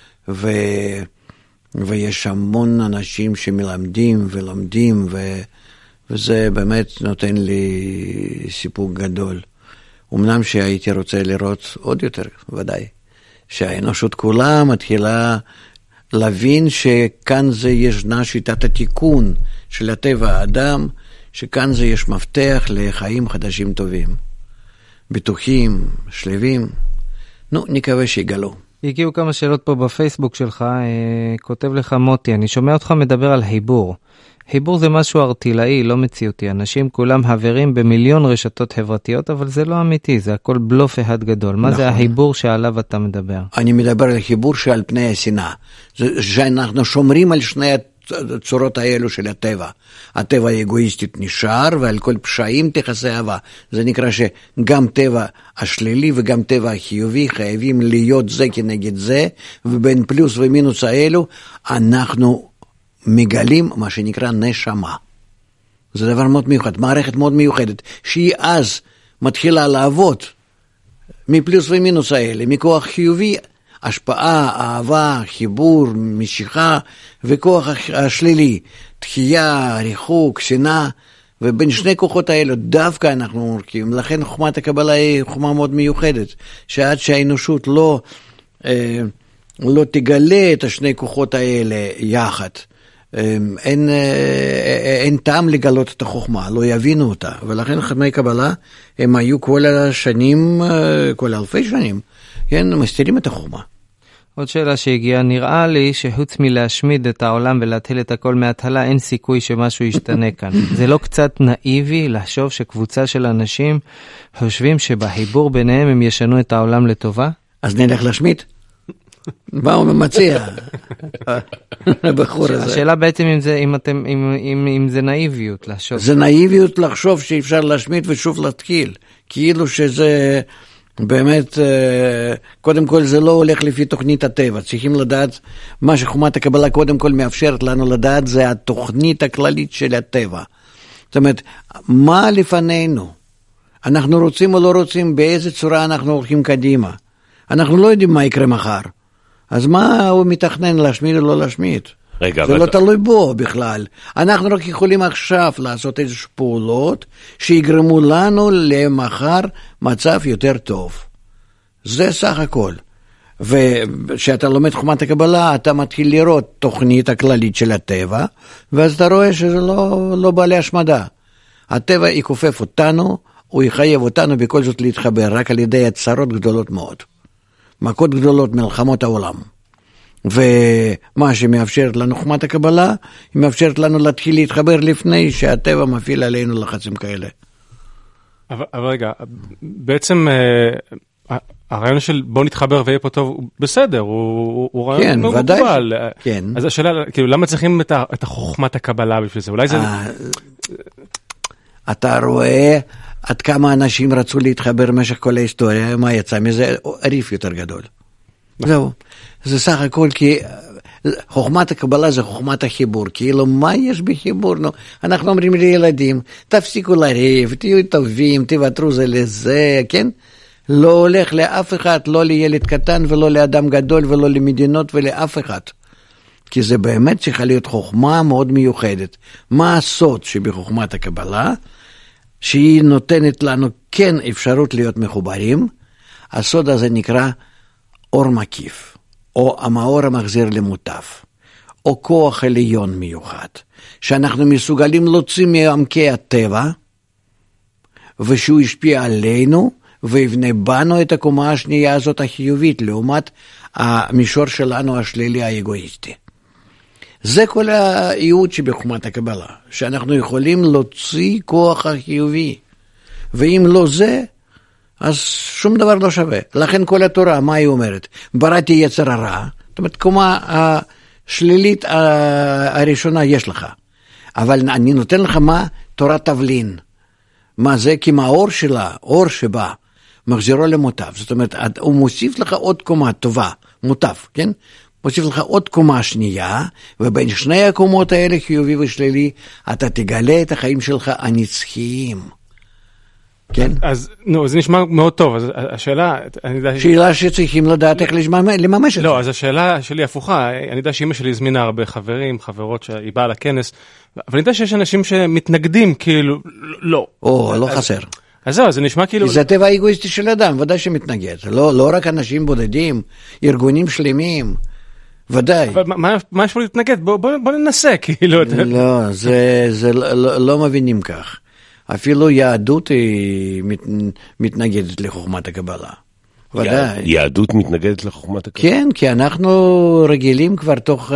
ויש המון אנשים שמלמדים ולומדים, וזה באמת נותן לי סיפוק גדול. אמנם שהייתי רוצה לראות עוד יותר, ודאי, שהאנושות כולה מתחילה להבין שכאן זה ישנה שיטת התיקון של הטבע האדם, שכאן זה יש מפתח לחיים חדשים טובים, בטוחים, שלבים. נו, נקווה שיגלו. הגיעו כמה שאלות פה בפייסבוק שלך, כותב לך מוטי, אני שומע אותך מדבר על חיבור. חיבור זה משהו ארטילאי, לא מציאותי. אנשים כולם חברים במיליון רשתות חברתיות, אבל זה לא אמיתי, זה הכל בלוף אחד גדול. מה זה החיבור שעליו אתה מדבר? אני מדבר על חיבור שעל פני השנאה. שאנחנו שומרים על שני הצורות האלו של הטבע. הטבע האגואיסטית נשאר, ועל כל פשעים תכסה אהבה. זה נקרא שגם טבע השלילי וגם טבע החיובי חייבים להיות זה כנגד זה, ובין פלוס ומינוס האלו אנחנו מגלים מה שנקרא נשמה. זה דבר מאוד מיוחד, מערכת מאוד מיוחדת, שהיא אז מתחילה לעבוד מפלוס ומינוס האלה, מכוח חיובי, השפעה, אהבה, חיבור, משיכה, וכוח השלילי, תחייה, ריחוק, שנאה, ובין שני כוחות האלו דווקא אנחנו מורכבים. לכן חומת הקבלה היא חומה מאוד מיוחדת, שעד שהאנושות לא תגלה את השני כוחות האלה יחד, אין טעם לגלות את החוכמה, לא יבינו אותה, ולכן חכמי קבלה הם היו כל השנים, כל אלפי שנים, כן, מסתירים את החוכמה. עוד שאלה שהגיעה, נראה לי שחוץ מלהשמיד את העולם ולהתחיל את הכל מההתחלה, אין סיכוי שמשהו ישתנה כאן. זה לא קצת נאיבי לחשוב שקבוצה של אנשים חושבים שבחיבור ביניהם הם ישנו את העולם לטובה? אז נלך להשמיד? מה הוא מציע? הבחור הזה. השאלה בעצם אם זה נאיביות לחשוב. זה נאיביות לחשוב שאפשר להשמיד ושוב להתחיל. כאילו שזה באמת, קודם כל זה לא הולך לפי תוכנית הטבע. צריכים לדעת, מה שחומת הקבלה קודם כל מאפשרת לנו לדעת, זה התוכנית הכללית של הטבע. זאת אומרת, מה לפנינו? אנחנו רוצים או לא רוצים, באיזה צורה אנחנו הולכים קדימה. אנחנו לא יודעים מה יקרה מחר. אז מה הוא מתכנן להשמיד או לא להשמיד? רגע, זה לא תלוי בו בכלל. אנחנו רק יכולים עכשיו לעשות איזושהי פעולות שיגרמו לנו למחר מצב יותר טוב. זה סך הכל. וכשאתה לומד חומת הקבלה, אתה מתחיל לראות תוכנית הכללית של הטבע, ואז אתה רואה שזה לא בא להשמדה. הטבע יכופף אותנו, הוא יחייב אותנו בכל זאת להתחבר, רק על ידי הצרות גדולות מאוד. מכות גדולות, מלחמות העולם. ומה שמאפשרת לנו חוכמת הקבלה, היא מאפשרת לנו להתחיל להתחבר לפני שהטבע מפעיל עלינו לחצים כאלה. אבל רגע, בעצם הרעיון של בוא נתחבר ויהיה פה טוב, הוא בסדר, הוא רעיון מוגבל. כן. אז השאלה, כאילו, למה צריכים את החוכמת הקבלה בשביל זה? אולי זה... אתה רואה עד כמה אנשים רצו להתחבר במשך כל ההיסטוריה, מה יצא מזה? ריף יותר גדול. זהו. זה סך הכל כי חוכמת הקבלה זה חוכמת החיבור. כאילו, מה יש בחיבור? אנחנו אומרים לילדים, תפסיקו לריב, תהיו טובים, תוותרו זה לזה, כן? לא הולך לאף אחד, לא לילד קטן ולא לאדם גדול ולא למדינות ולאף אחד. כי זה באמת צריכה להיות חוכמה מאוד מיוחדת. מה הסוד שבחוכמת הקבלה? שהיא נותנת לנו כן אפשרות להיות מחוברים. הסוד הזה נקרא אור מקיף, או המאור המחזיר למוטף, או כוח עליון מיוחד, שאנחנו מסוגלים להוציא מעמקי הטבע, ושהוא השפיע עלינו, ויבנה בנו את הקומה השנייה הזאת החיובית, לעומת המישור שלנו השלילי האגואיסטי. זה כל הייעוד שבחוכמת הקבלה, שאנחנו יכולים להוציא כוח החיובי, ואם לא זה, אז שום דבר לא שווה. לכן כל התורה, מה היא אומרת? בראתי יצר הרע, זאת אומרת, קומה השלילית הראשונה יש לך, אבל אני נותן לך מה? תורת תבלין. מה זה? כי מהאור שלה, אור שבא, מחזירו למוטף. זאת אומרת, הוא מוסיף לך עוד קומה טובה, מוטף, כן? מוסיף לך עוד קומה שנייה, ובין שני הקומות האלה, חיובי ושלילי, אתה תגלה את החיים שלך הנצחיים. כן? אז, נו, זה נשמע מאוד טוב, אז השאלה... שאלה שצריכים לדעת איך לממש את זה. לא, אז השאלה שלי הפוכה, אני יודע שאמא שלי הזמינה הרבה חברים, חברות שהיא באה לכנס, אבל אני יודע שיש אנשים שמתנגדים, כאילו, לא. או, לא חסר. אז זהו, זה נשמע כאילו... זה הטבע האגואיסטי של אדם, ודאי שמתנגד. לא רק אנשים בודדים, ארגונים שלמים, ודאי. אבל מה יש פה להתנגד? בוא ננסה, כאילו. לא, זה לא מבינים כך. אפילו יהדות היא מתנגדת לחוכמת הקבלה. ודאי. יהדות מתנגדת לחוכמת הקבלה? כן, כי אנחנו רגילים כבר תוך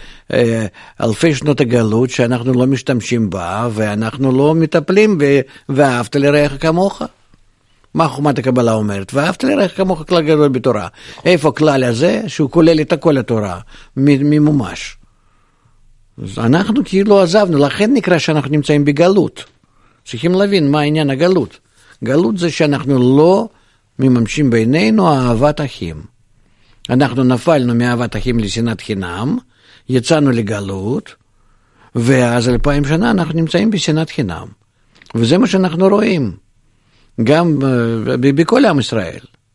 אלפי שנות הגלות שאנחנו לא משתמשים בה, ואנחנו לא מטפלים ואהבת לרעך כמוך. מה חוכמת הקבלה אומרת? ואהבת לרעך כמוך כלל גדול בתורה. איפה הכלל הזה שהוא כולל את כל התורה ממומש? אז אנחנו כאילו עזבנו, לכן נקרא שאנחנו נמצאים בגלות. צריכים להבין מה העניין הגלות. גלות זה שאנחנו לא מממשים בינינו אהבת אחים. אנחנו נפלנו מאהבת אחים לשנאת חינם, יצאנו לגלות, ואז 2000 שנה אנחנו נמצאים בשנאת חינם. וזה מה שאנחנו רואים. גם בכל עם ישראל.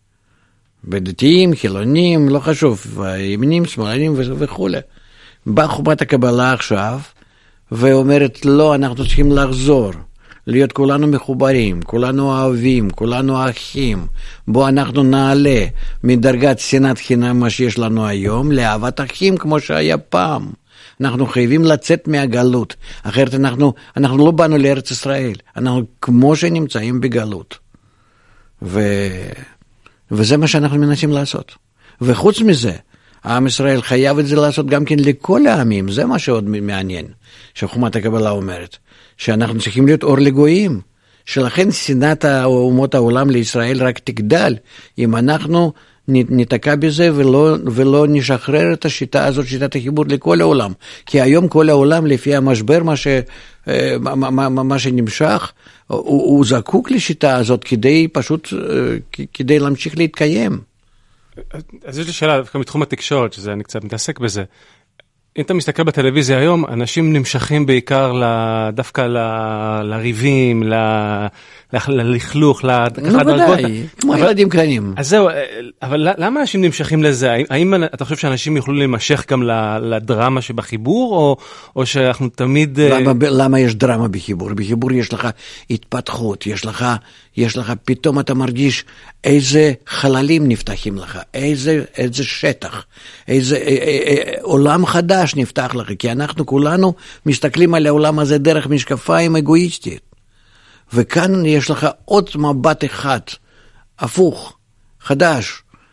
בדתיים, חילונים, לא חשוב, ימנים, שמאלנים וכו'. באה חוכמת הקבלה עכשיו, ואומרת, לא, אנחנו צריכים לחזור. להיות כולנו מחוברים, כולנו אוהבים, כולנו אחים. בוא אנחנו נעלה מדרגת שנאת חינם מה שיש לנו היום, לאהבת אחים כמו שהיה פעם. אנחנו חייבים לצאת מהגלות, אחרת אנחנו לא באנו לארץ ישראל, אנחנו כמו שנמצאים בגלות. וזה מה שאנחנו מנסים לעשות. וחוץ מזה, העם ישראל חייב את זה לעשות גם כן לכל העמים, זה מה שעוד מעניין, שחוכמת הקבלה אומרת. שאנחנו צריכים להיות אור לגויים, שלכן שנאת אומות העולם לישראל רק תגדל, אם אנחנו נתקע בזה ולא נשחרר את השיטה הזאת, שיטת החיבור לכל העולם. כי היום כל העולם לפי המשבר, מה שנמשך, הוא זקוק לשיטה הזאת כדי להמשיך להתקיים. אז יש לי שאלה, מתחום התקשורת, שזה אני קצת מתעסק בזה. אם אתה מסתכל בטלוויזיה היום, אנשים נמשכים בעיקר דווקא לריבים, ללכלוך, נו ודאי, כמו ילדים קטנים. אז זהו, אבל למה אנשים נמשכים לזה? האם אתה חושב שאנשים יוכלו להימשך גם לדרמה שבחיבור, או שאנחנו תמיד... למה יש דרמה בחיבור? בחיבור יש לך התפתחות, יש לך פתאום אתה מרגיש איזה חללים נפתחים לך, איזה שטח, איזה עולם חדש נפתח לך, כי אנחנו כולנו מסתכלים על העולם הזה דרך משקפיים אגואיסטית. וכאן יש לך עוד מבט אחד, הפוך, חדש,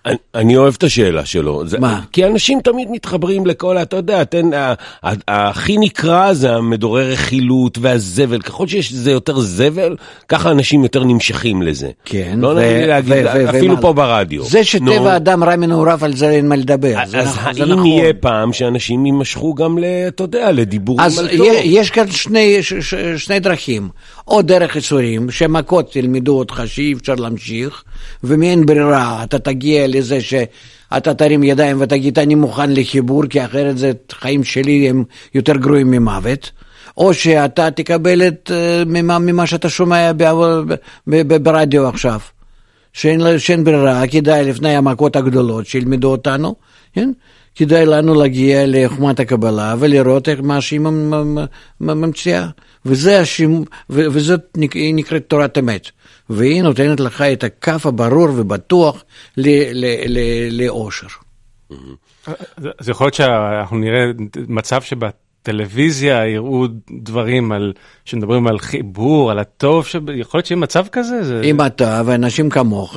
אני אוהב את השאלה שלו. מה? כי אנשים תמיד מתחברים לכל, אתה יודע, הכי נקרא זה המדורר רכילות והזבל. ככל שיש זה יותר זבל, ככה אנשים יותר נמשכים לזה. כן. לא נגיד להגיד, אפילו פה ברדיו. זה שטבע אדם רע מנעוריו, על זה אין מה לדבר. אז האם יהיה פעם שאנשים יימשכו גם, אתה יודע, לדיבורים על טוב? אז יש כאן שני דרכים. או דרך איסורים, שמכות תלמדו אותך שאי אפשר להמשיך, ומאין ברירה, אתה תגיע לזה שאתה תרים ידיים ותגיד, אני מוכן לחיבור, כי אחרת זה חיים שלי הם יותר גרועים ממוות, או שאתה תקבל ממה שאתה שומע ברדיו עכשיו, שאין ברירה, כדאי לפני המכות הגדולות שילמדו אותנו, כן? כדאי לנו להגיע לחומת הקבלה ולראות איך מה שהיא ממציאה. וזאת נקראת תורת אמת. והיא נותנת לך את הקו הברור ובטוח לאושר. אז יכול להיות שאנחנו נראה מצב שבטלוויזיה יראו דברים שמדברים על חיבור, על הטוב, יכול להיות שיהיה מצב כזה? אם אתה ואנשים כמוך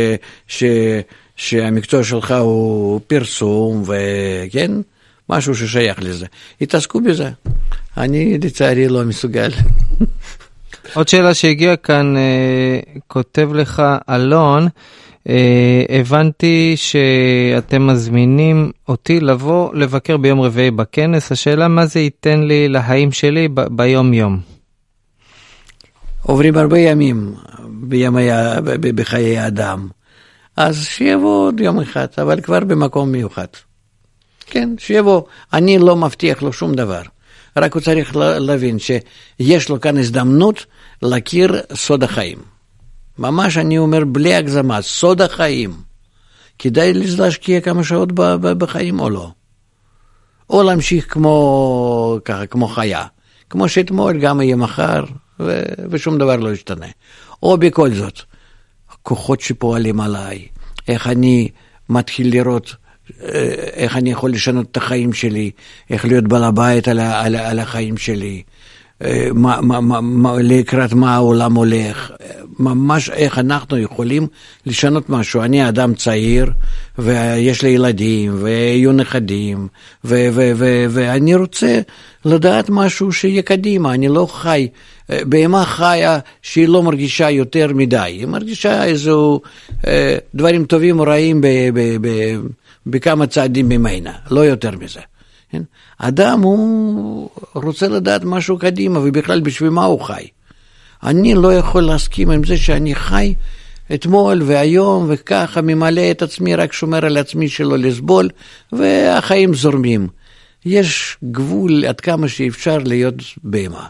שהמקצוע שלך הוא פרסום וכן, משהו ששייך לזה. התעסקו בזה. אני לצערי לא מסוגל. עוד שאלה שהגיעה כאן, כותב לך אלון, הבנתי שאתם מזמינים אותי לבוא לבקר ביום רביעי בכנס. השאלה מה זה ייתן לי לחיים שלי ביום יום? עוברים הרבה ימים בחיי האדם. אז שיבוא עוד יום אחד, אבל כבר במקום מיוחד. כן, שיבוא. אני לא מבטיח לו שום דבר. רק הוא צריך להבין שיש לו כאן הזדמנות להכיר סוד החיים. ממש אני אומר בלי הגזמה, סוד החיים. כדאי להשקיע כמה שעות בחיים או לא. או להמשיך כמו חיה. כמו שאתמול גם יהיה מחר ושום דבר לא ישתנה. או בכל זאת, כוחות שפועלים עליי, איך אני מתחיל לראות, איך אני יכול לשנות את החיים שלי, איך להיות בעל הבית על החיים שלי, לקראת מה העולם הולך, ממש איך אנחנו יכולים לשנות משהו. אני אדם צעיר, ויש לי ילדים, ויהיו נכדים, ואני רוצה לדעת משהו שיהיה קדימה. אני לא חי, בהמה חיה שהיא לא מרגישה יותר מדי, היא מרגישה איזו דברים טובים או רעים בכמה צעדים ממנה, לא יותר מזה. אדם הוא רוצה לדעת משהו קדימה, ובכלל בשביל מה הוא חי. אני לא יכול להסכים עם זה שאני חי אתמול והיום וככה ממלא את עצמי, רק שומר על עצמי שלא לסבול, והחיים זורמים. יש גבול עד כמה שאפשר להיות בהמה.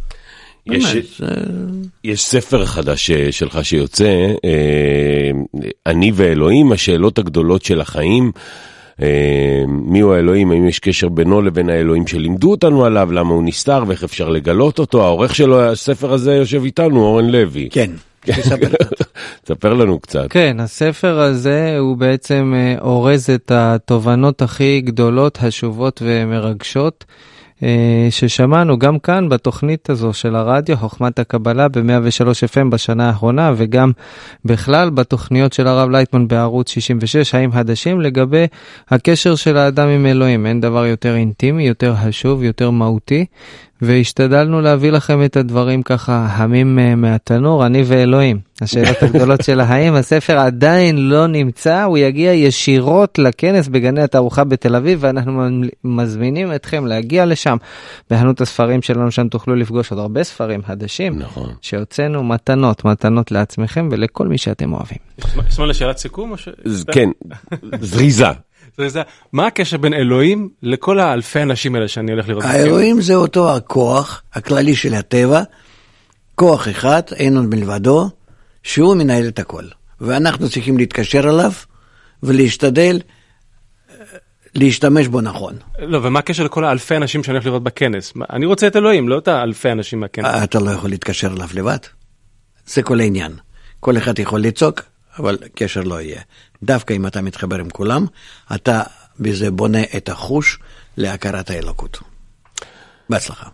יש ספר חדש שלך שיוצא, אני ואלוהים, השאלות הגדולות של החיים. מי הוא האלוהים, האם יש קשר בינו לבין האלוהים שלימדו אותנו עליו, למה הוא נסתר ואיך אפשר לגלות אותו. העורך שלו, הספר הזה יושב איתנו, אורן לוי. כן, תספר לנו קצת. כן, הספר הזה הוא בעצם אורז את התובנות הכי גדולות, חשובות ומרגשות ששמענו גם כאן בתוכנית הזו של הרדיו, חוכמת הקבלה ב-103 FM בשנה האחרונה, וגם בכלל בתוכניות של הרב לייטמן בערוץ 66, חיים חדשים, לגבי הקשר של האדם עם אלוהים. אין דבר יותר אינטימי, יותר חשוב, יותר מהותי, והשתדלנו להביא לכם את הדברים ככה חמים מהתנור, אני ואלוהים. השאלות הגדולות של החיים, הספר עדיין לא נמצא, הוא יגיע ישירות לכנס בגני התערוכה בתל אביב, ואנחנו מזמינים אתכם להגיע לשם. בחנות הספרים שלנו שם תוכלו לפגוש עוד הרבה ספרים חדשים, נכון. שהוצאנו מתנות לעצמכם ולכל מי שאתם אוהבים. יש מה לשאלת סיכום? כן, זריזה. מה הקשר בין אלוהים לכל האלפי אנשים האלה שאני הולך לראות? האלוהים זה אותו הכוח הכללי של הטבע, כוח אחד, אין עוד מלבדו, שהוא מנהל את הכל. ואנחנו צריכים להתקשר אליו ולהשתדל להשתמש בו נכון. לא, ומה הקשר לכל האלפי אנשים שאני הולך לראות בכנס? אני רוצה את אלוהים, לא את האלפי אנשים מהכנס. אתה לא יכול להתקשר אליו לבד. זה כל העניין. כל אחד יכול לצעוק, אבל קשר לא יהיה. דווקא אם אתה מתחבר עם כולם, אתה בזה בונה את החוש להכרת האלוקות. בהצלחה.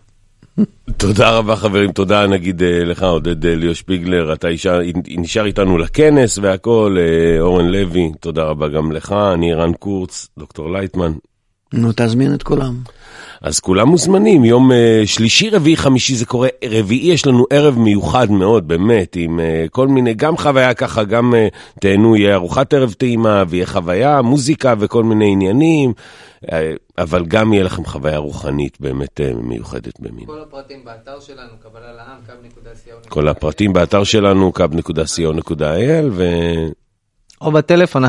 תודה רבה חברים, תודה נגיד לך עודד ליאו שפיגלר, אתה נשאר איתנו לכנס והכל, אורן לוי, תודה רבה גם לך, אני רן קורץ, דוקטור לייטמן. נו, תזמין את כולם. אז כולם מוזמנים, יום שלישי, רביעי, חמישי זה קורה, רביעי יש לנו ערב מיוחד מאוד, באמת, עם כל מיני, גם חוויה ככה, גם תהנו, יהיה ארוחת ערב טעימה, ויהיה חוויה, מוזיקה וכל מיני עניינים, אבל גם יהיה לכם חוויה רוחנית באמת מיוחדת במין. כל הפרטים באתר שלנו, קבלה לעם, kab.co.il. כל הפרטים באתר שלנו, kab.co.il, או בטלפון, 1-700-509-209,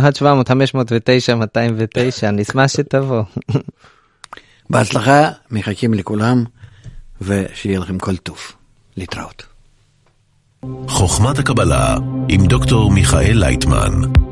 נשמח שתבוא. בהצלחה, מחכים לכולם, ושיהיה לכם כל טוב. להתראות. חוכמת הקבלה עם דוקטור מיכאל לייטמן.